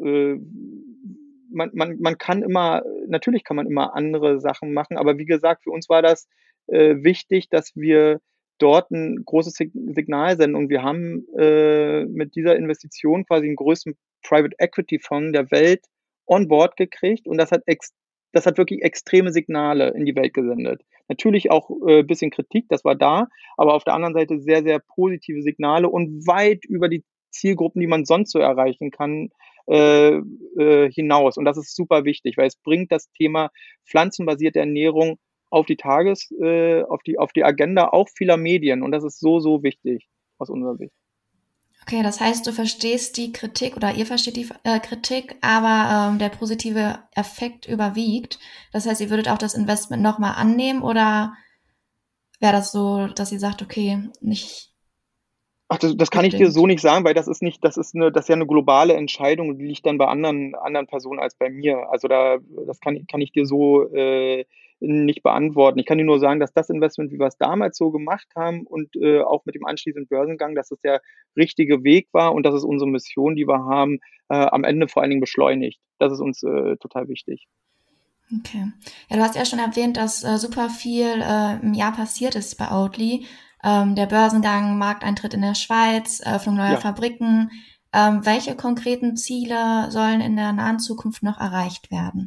man kann immer natürlich kann man immer andere Sachen machen, aber wie gesagt, für uns war das, wichtig, dass wir dort 'n großes Signal senden und wir haben, mit dieser Investition quasi den größten Private Equity Fonds der Welt on board gekriegt und das hat wirklich extreme Signale in die Welt gesendet. Natürlich auch, bisschen Kritik, das war da, aber auf der anderen Seite sehr, sehr positive Signale und weit über die Zielgruppen, die man sonst so erreichen kann, äh, hinaus. Und das ist super wichtig, weil es bringt das Thema pflanzenbasierte Ernährung auf die Agenda auch vieler Medien. Und das ist so, so wichtig aus unserer Sicht. Okay, das heißt, du verstehst die Kritik oder ihr versteht die Kritik, aber der positive Effekt überwiegt. Das heißt, ihr würdet auch das Investment nochmal annehmen oder wäre das so, dass ihr sagt, okay, nicht Ach, das kann ich dir unbedingt? so nicht sagen, weil das ist ja eine globale Entscheidung, die liegt dann bei anderen Personen als bei mir. Also, das kann ich dir so, nicht beantworten. Ich kann dir nur sagen, dass das Investment, wie wir es damals so gemacht haben und, auch mit dem anschließenden Börsengang, dass es der richtige Weg war und dass es unsere Mission, die wir haben, am Ende vor allen Dingen beschleunigt. Das ist uns, total wichtig. Okay. Ja, du hast ja schon erwähnt, dass super viel im Jahr passiert ist bei Oatly. Der Börsengang, Markteintritt in der Schweiz, Eröffnung neuer Ja. Fabriken. Welche konkreten Ziele sollen in der nahen Zukunft noch erreicht werden?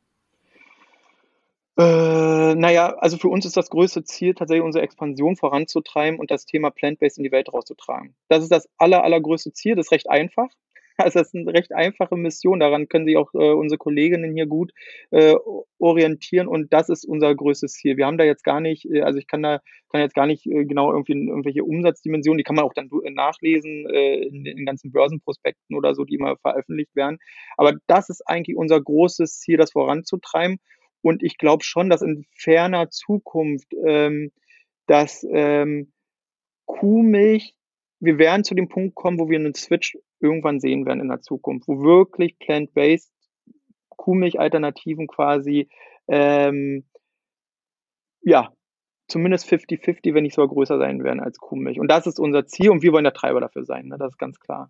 Na ja, also für uns ist das größte Ziel tatsächlich unsere Expansion voranzutreiben und das Thema Plant-Based in die Welt rauszutragen. Das ist das allergrößte Ziel, das ist recht einfach. Also das ist eine recht einfache Mission. Daran können sich auch unsere Kolleginnen hier gut orientieren und das ist unser größtes Ziel. Wir haben da jetzt gar nicht, also kann jetzt gar nicht genau irgendwie irgendwelche Umsatzdimensionen, die kann man auch dann nachlesen in den ganzen Börsenprospekten oder so, die immer veröffentlicht werden. Aber das ist eigentlich unser großes Ziel, das voranzutreiben. Und ich glaube schon, dass in ferner Zukunft dass Kuhmilch wir werden zu dem Punkt kommen, wo wir einen Switch irgendwann sehen werden in der Zukunft, wo wirklich plant-based Kuhmilch-Alternativen quasi, ähm, ja, zumindest 50-50, wenn nicht sogar größer sein werden als Kuhmilch. Und das ist unser Ziel und wir wollen der Treiber dafür sein, ne? Das ist ganz klar.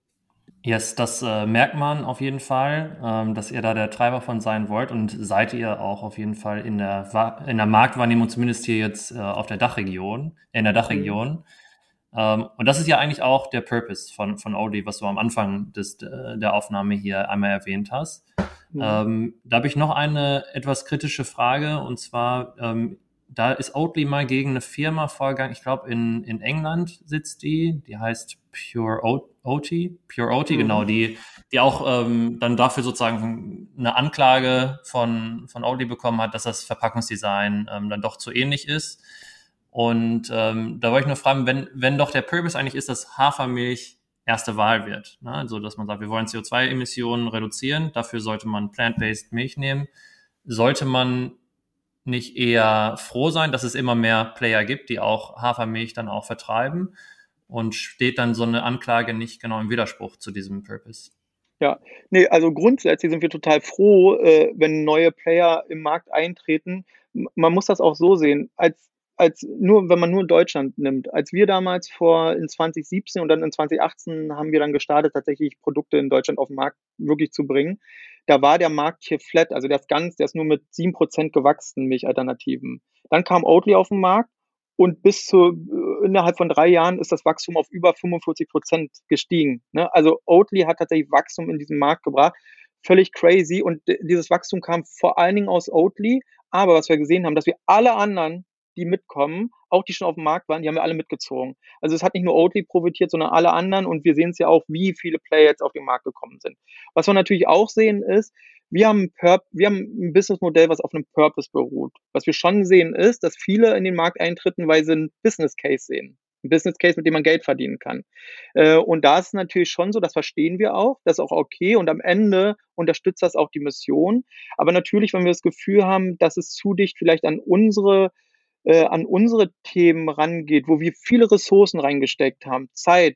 Yes, das merkt man auf jeden Fall, dass ihr da der Treiber von sein wollt und seid ihr auch auf jeden Fall in der Marktwahrnehmung, zumindest hier jetzt auf der Dachregion, in der Dachregion. Und das ist ja eigentlich auch der Purpose von Oatly, was du am Anfang der Aufnahme hier einmal erwähnt hast. Da habe ich noch eine etwas kritische Frage und zwar, da ist Oatly mal gegen eine Firma vorgegangen, ich glaube in England sitzt die heißt Pure Oatly, genau, die auch dann dafür sozusagen eine Anklage von Oatly bekommen hat, dass das Verpackungsdesign dann doch zu ähnlich ist. Und da wollte ich nur fragen, wenn doch der Purpose eigentlich ist, dass Hafermilch erste Wahl wird, ne? Also dass man sagt, wir wollen CO2-Emissionen reduzieren, dafür sollte man plant-based Milch nehmen. Sollte man nicht eher froh sein, dass es immer mehr Player gibt, die auch Hafermilch dann auch vertreiben? Und steht dann so eine Anklage nicht genau im Widerspruch zu diesem Purpose? Ja, nee, also grundsätzlich sind wir total froh, wenn neue Player im Markt eintreten. Man muss das auch so sehen, wenn man nur Deutschland nimmt. Als wir damals in 2017 und dann in 2018 haben wir dann gestartet, tatsächlich Produkte in Deutschland auf den Markt wirklich zu bringen. Da war der Markt hier flat, also der ist nur mit 7% gewachsen, Milchalternativen. Dann kam Oatly auf den Markt und innerhalb von 3 Jahren ist das Wachstum auf über 45% gestiegen, ne? Also Oatly hat tatsächlich Wachstum in diesen Markt gebracht. Völlig crazy. Und dieses Wachstum kam vor allen Dingen aus Oatly. Aber was wir gesehen haben, dass wir alle anderen, die mitkommen, auch die schon auf dem Markt waren, die haben wir alle mitgezogen. Also es hat nicht nur Oatly profitiert, sondern alle anderen. Und wir sehen es ja auch, wie viele Player jetzt auf den Markt gekommen sind. Was wir natürlich auch sehen ist, wir haben ein Businessmodell, was auf einem Purpose beruht. Was wir schon sehen ist, dass viele in den Markt eintreten, weil sie einen Business Case sehen. Ein Business Case, mit dem man Geld verdienen kann. Und da ist es natürlich schon so, das verstehen wir auch, das ist auch okay. Und am Ende unterstützt das auch die Mission. Aber natürlich, wenn wir das Gefühl haben, dass es zu dicht vielleicht an unsere Themen rangeht, wo wir viele Ressourcen reingesteckt haben, Zeit,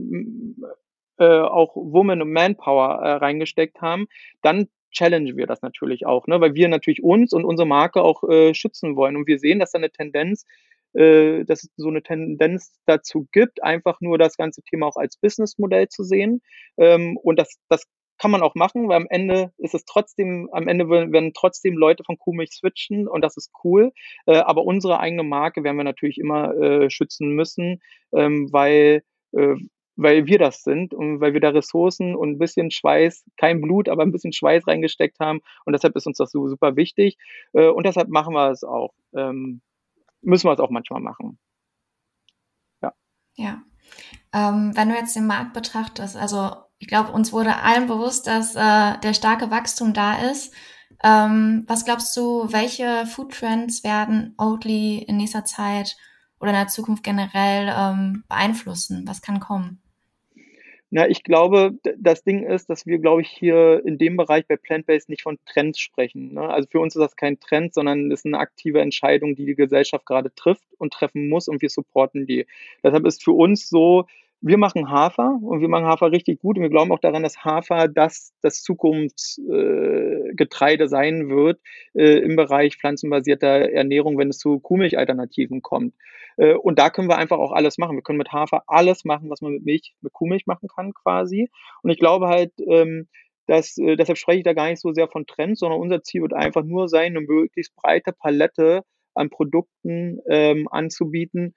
auch Woman und Manpower reingesteckt haben, dann challengen wir das natürlich auch, ne? Weil wir natürlich uns und unsere Marke auch schützen wollen. Und wir sehen, dass dass es so eine Tendenz dazu gibt, einfach nur das ganze Thema auch als Businessmodell zu sehen. Und das kann man auch machen, weil am Ende werden trotzdem Leute von Kuhmilch switchen und das ist cool. Aber unsere eigene Marke werden wir natürlich immer schützen müssen, weil wir das sind und weil wir da Ressourcen und ein bisschen Schweiß, kein Blut, aber ein bisschen Schweiß reingesteckt haben. Und deshalb ist uns das so super wichtig. Und deshalb machen wir es auch. Müssen wir es auch manchmal machen. Ja. Ja. Wenn du jetzt den Markt betrachtest, also ich glaube, uns wurde allen bewusst, dass der starke Wachstum da ist. Was glaubst du, welche Foodtrends werden Oatly in nächster Zeit oder in der Zukunft generell beeinflussen? Was kann kommen? Na, ich glaube, das Ding ist, dass wir, glaube ich, hier in dem Bereich bei Plant-Based nicht von Trends sprechen, ne? Also für uns ist das kein Trend, sondern ist eine aktive Entscheidung, die die Gesellschaft gerade trifft und treffen muss und wir supporten die. Deshalb ist für uns so, wir machen Hafer und wir machen Hafer richtig gut und wir glauben auch daran, dass Hafer das Zukunftsgetreide sein wird im Bereich pflanzenbasierter Ernährung, wenn es zu Kuhmilchalternativen kommt. Und da können wir einfach auch alles machen. Wir können mit Hafer alles machen, was man mit Kuhmilch machen kann quasi. Und ich glaube halt, deshalb spreche ich da gar nicht so sehr von Trends, sondern unser Ziel wird einfach nur sein, eine möglichst breite Palette an Produkten anzubieten,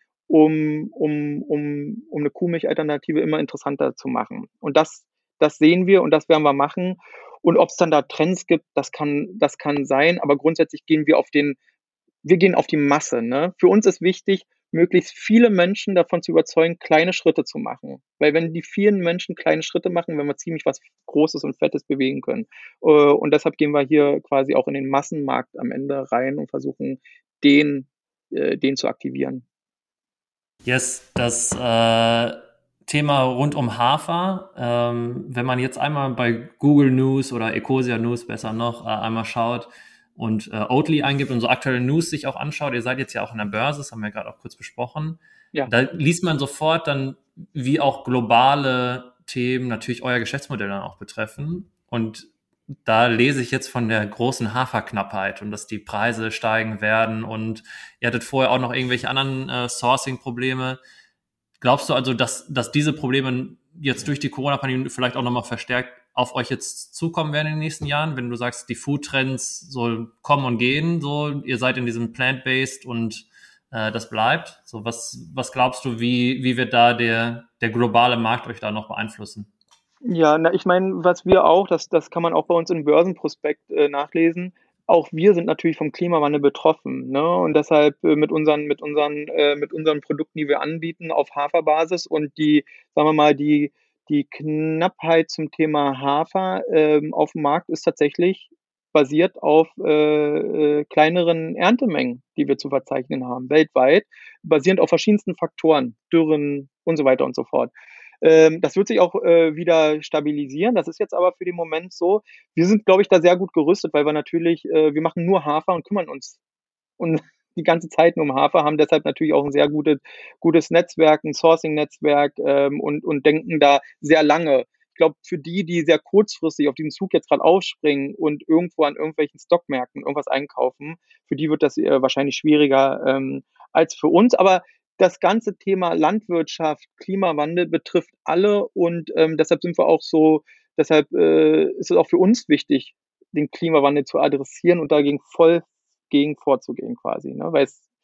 um eine Kuhmilch-Alternative immer interessanter zu machen. Und das sehen wir und das werden wir machen. Und ob es dann da Trends gibt, das kann sein, aber grundsätzlich wir gehen auf die Masse, ne? Für uns ist wichtig, möglichst viele Menschen davon zu überzeugen, kleine Schritte zu machen. Weil wenn die vielen Menschen kleine Schritte machen, werden wir ziemlich was Großes und Fettes bewegen können. Und deshalb gehen wir hier quasi auch in den Massenmarkt am Ende rein und versuchen, den zu aktivieren. Yes, das Thema rund um Hafer, wenn man jetzt einmal bei Google News oder Ecosia News besser noch einmal schaut und Oatly eingibt und so aktuelle News sich auch anschaut, ihr seid jetzt ja auch in der Börse, das haben wir gerade auch kurz besprochen, Ja. da liest man sofort dann, wie auch globale Themen natürlich euer Geschäftsmodell dann auch betreffen, und da lese ich jetzt von der großen Haferknappheit und dass die Preise steigen werden, und ihr hattet vorher auch noch irgendwelche anderen Sourcing-Probleme. Glaubst du also, dass diese Probleme jetzt durch die Corona-Pandemie vielleicht auch nochmal verstärkt auf euch jetzt zukommen werden in den nächsten Jahren, wenn du sagst, die Food-Trends so kommen und gehen, so ihr seid in diesem Plant-Based und das bleibt? So, was glaubst du, wie wird da der globale Markt euch da noch beeinflussen? Ja, na, ich meine, was wir auch, das kann man auch bei uns im Börsenprospekt nachlesen. Auch wir sind natürlich vom Klimawandel betroffen, ne? Und deshalb mit unseren Produkten, die wir anbieten, auf Haferbasis und sagen wir mal, die Knappheit zum Thema Hafer auf dem Markt ist tatsächlich basiert auf kleineren Erntemengen, die wir zu verzeichnen haben, weltweit, basierend auf verschiedensten Faktoren, Dürren und so weiter und so fort. Das wird sich auch wieder stabilisieren. Das ist jetzt aber für den Moment so. Wir sind, glaube ich, da sehr gut gerüstet, weil wir natürlich, wir machen nur Hafer und kümmern uns und die ganze Zeit nur um Hafer, haben deshalb natürlich auch ein sehr gutes Netzwerk, ein Sourcing-Netzwerk und denken da sehr lange. Ich glaube, für die sehr kurzfristig auf diesen Zug jetzt gerade aufspringen und irgendwo an irgendwelchen Stockmärkten irgendwas einkaufen, für die wird das wahrscheinlich schwieriger als für uns. Aber das ganze Thema Landwirtschaft, Klimawandel betrifft alle und deshalb ist es auch für uns wichtig, den Klimawandel zu adressieren und dagegen voll gegen vorzugehen quasi, ne?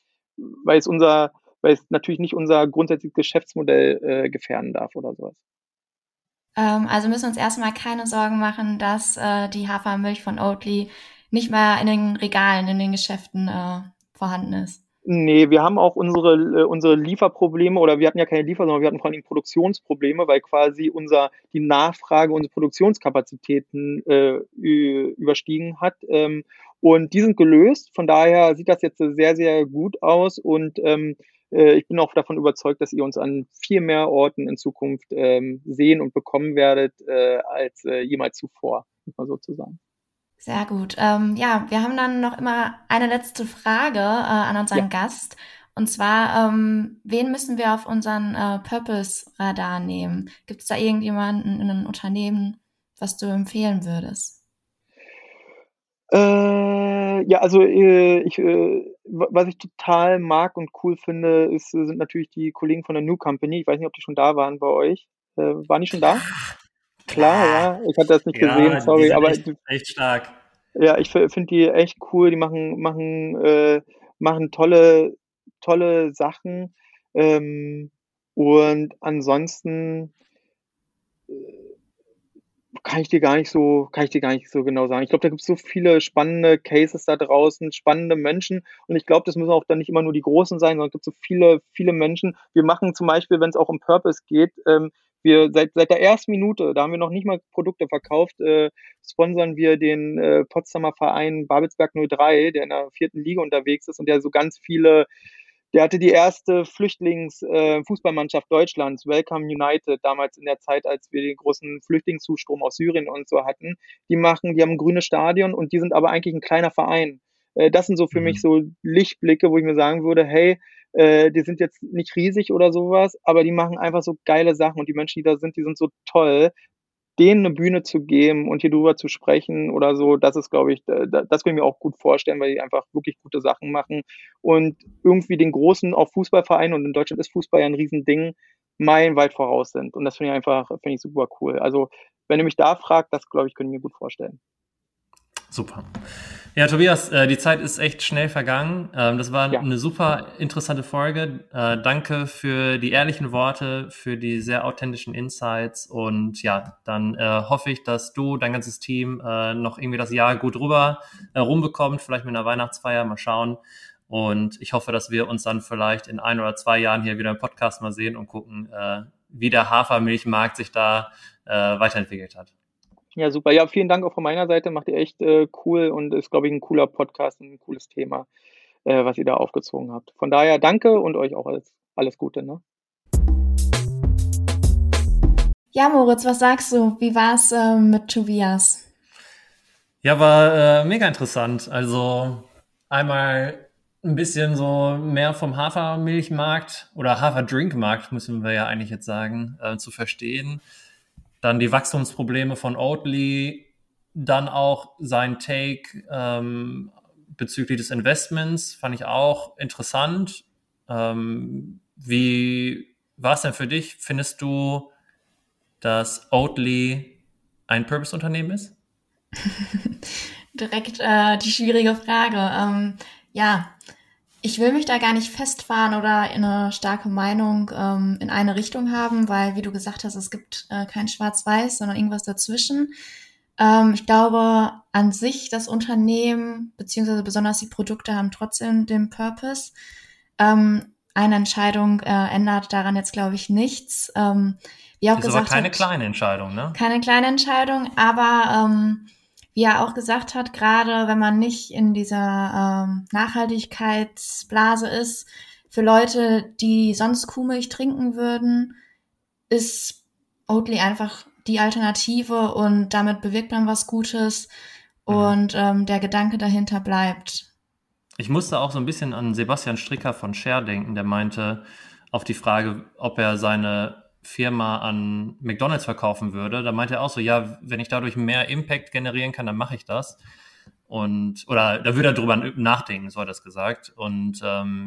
Weil es natürlich nicht unser grundsätzliches Geschäftsmodell gefährden darf oder sowas. Also müssen wir uns erstmal keine Sorgen machen, dass die Hafermilch von Oatly nicht mehr in den Regalen, in den Geschäften vorhanden ist. Nee, wir haben auch unsere Lieferprobleme oder wir hatten ja keine sondern wir hatten vor allen Dingen Produktionsprobleme, weil quasi die Nachfrage unsere Produktionskapazitäten überstiegen hat. Und die sind gelöst. Von daher sieht das jetzt sehr, sehr gut aus und ich bin auch davon überzeugt, dass ihr uns an viel mehr Orten in Zukunft sehen und bekommen werdet als jemals zuvor, muss man sozusagen. Sehr gut. Ja, wir haben dann noch immer eine letzte Frage an Ja. unseren Gast. Und zwar, wen müssen wir auf unseren Purpose-Radar nehmen? Gibt es da irgendjemanden in einem Unternehmen, was du empfehlen würdest? Ja, also was ich total mag und cool finde, sind natürlich die Kollegen von der New Company. Ich weiß nicht, ob die schon da waren bei euch. Waren die schon da? Klar, Klar. ja. Ich hatte das nicht gesehen, Ja, die sorry. sind Aber echt stark. ja, ich finde die echt cool. Die machen tolle Sachen. Und ansonsten kann ich dir gar nicht so genau sagen. Ich glaube, da gibt es so viele spannende Cases da draußen, spannende Menschen. Und ich glaube, das müssen auch dann nicht immer nur die Großen sein, sondern es gibt so viele Menschen. Wir machen zum Beispiel, wenn es auch um Purpose geht, wir seit der ersten Minute, da haben wir noch nicht mal Produkte verkauft, sponsern wir den Potsdamer Verein Babelsberg 03, der in der vierten Liga unterwegs ist und der hatte die erste Flüchtlingsfußballmannschaft Deutschlands, Welcome United, damals in der Zeit, als wir den großen Flüchtlingszustrom aus Syrien und so hatten. Die haben ein grünes Stadion und die sind aber eigentlich ein kleiner Verein. Das sind so für mich Mhm. so Lichtblicke, wo ich mir sagen würde, hey, die sind jetzt nicht riesig oder sowas, aber die machen einfach so geile Sachen und die Menschen, die sind so toll, denen eine Bühne zu geben und hier drüber zu sprechen oder so, das ist, glaube ich, das kann ich mir auch gut vorstellen, weil die einfach wirklich gute Sachen machen und irgendwie den großen auch Fußballvereinen, und in Deutschland ist Fußball ja ein Riesending, meilenweit voraus sind. Und das finde ich super cool. Also, wenn du mich da fragt, das, glaube ich, könnte ich mir gut vorstellen. Super. Ja, Tobias, die Zeit ist echt schnell vergangen. Das war Ja, eine super interessante Folge. Danke für die ehrlichen Worte, für die sehr authentischen Insights, und ja, dann hoffe ich, dass du, dein ganzes Team noch irgendwie das Jahr gut rumbekommt, vielleicht mit einer Weihnachtsfeier, mal schauen. Und ich hoffe, dass wir uns dann vielleicht in 1 oder 2 Jahren hier wieder im Podcast mal sehen und gucken, wie der Hafermilchmarkt sich da weiterentwickelt hat. Ja, super. Ja, vielen Dank auch von meiner Seite. Macht ihr echt cool und ist, glaube ich, ein cooler Podcast und ein cooles Thema, was ihr da aufgezogen habt. Von daher danke und euch auch alles Gute. Ne? Ja, Moritz, was sagst du? Wie war's mit Tobias? Ja, war mega interessant. Also einmal ein bisschen so mehr vom Hafermilchmarkt oder Haferdrinkmarkt, müssen wir ja eigentlich jetzt sagen, zu verstehen. Dann die Wachstumsprobleme von Oatly, dann auch sein Take bezüglich des Investments, fand ich auch interessant. Wie war es denn für dich? Findest du, dass Oatly ein Purpose-Unternehmen ist? Direkt die schwierige Frage. Ja, ich will mich da gar nicht festfahren oder eine starke Meinung in eine Richtung haben, weil, wie du gesagt hast, es gibt kein Schwarz-Weiß, sondern irgendwas dazwischen. Ich glaube, an sich das Unternehmen, beziehungsweise besonders die Produkte haben trotzdem den Purpose. Eine Entscheidung ändert daran jetzt, glaube ich, nichts. Wie auch Ist gesagt aber keine hat, kleine Entscheidung, ne? keine kleine Entscheidung, aber wie er auch gesagt hat, gerade wenn man nicht in dieser Nachhaltigkeitsblase ist, für Leute, die sonst Kuhmilch trinken würden, ist Oatly einfach die Alternative und damit bewirkt man was Gutes und der Gedanke dahinter bleibt. Ich musste auch so ein bisschen an Sebastian Stricker von Share denken, der meinte auf die Frage, ob er seine Firma an McDonald's verkaufen würde. Da meinte er auch so, ja, wenn ich dadurch mehr Impact generieren kann, dann mache ich das. Oder da würde er drüber nachdenken, so hat er das gesagt. Und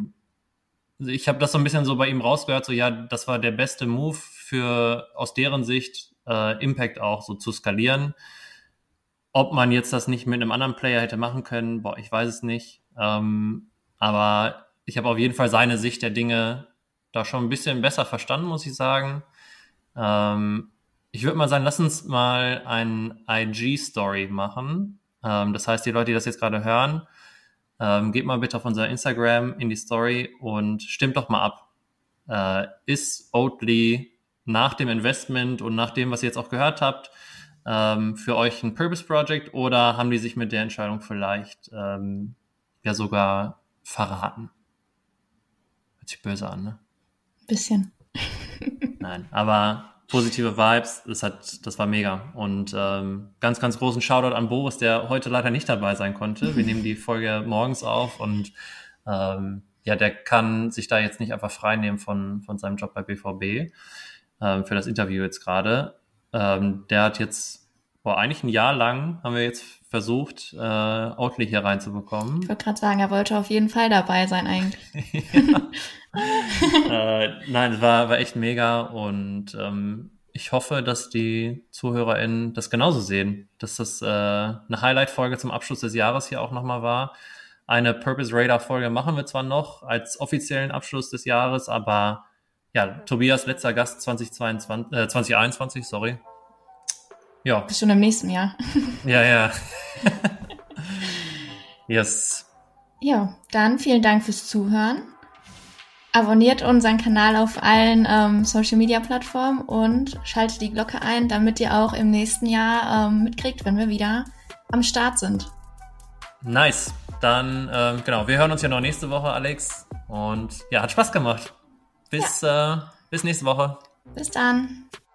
ich habe das so ein bisschen so bei ihm rausgehört, so ja, das war der beste Move für aus deren Sicht Impact auch so zu skalieren. Ob man jetzt das nicht mit einem anderen Player hätte machen können, boah, ich weiß es nicht. Aber ich habe auf jeden Fall seine Sicht der Dinge da schon ein bisschen besser verstanden, muss ich sagen. Ich würde mal sagen, lass uns mal ein IG-Story machen. Das heißt, die Leute, die das jetzt gerade hören, geht mal bitte auf unser Instagram in die Story und stimmt doch mal ab. Ist Oatly nach dem Investment und nach dem, was ihr jetzt auch gehört habt, für euch ein Purpose Project oder haben die sich mit der Entscheidung vielleicht ja sogar verraten? Hört sich böse an, ne? Bisschen. Nein, aber positive Vibes, das war mega. Und ganz, ganz großen Shoutout an Boris, der heute leider nicht dabei sein konnte. Wir nehmen die Folge morgens auf und ja, der kann sich da jetzt nicht einfach frei nehmen von seinem Job bei BVB für das Interview jetzt gerade. Der hat jetzt, eigentlich ein Jahr lang haben wir jetzt versucht, Oatly hier reinzubekommen. Ich wollte gerade sagen, er wollte auf jeden Fall dabei sein eigentlich. Nein, es war echt mega und ich hoffe, dass die ZuhörerInnen das genauso sehen, dass das eine Highlight-Folge zum Abschluss des Jahres hier auch nochmal war. Eine Purpose Radar-Folge machen wir zwar noch als offiziellen Abschluss des Jahres, aber ja, Tobias letzter Gast 2021, sorry. Ja. Bis schon im nächsten Jahr. Ja. Yes. Ja, dann vielen Dank fürs Zuhören. Abonniert unseren Kanal auf allen Social-Media-Plattformen und schaltet die Glocke ein, damit ihr auch im nächsten Jahr mitkriegt, wenn wir wieder am Start sind. Nice. Dann, genau, wir hören uns ja noch nächste Woche, Alex. Und ja, hat Spaß gemacht. Bis nächste Woche. Bis dann.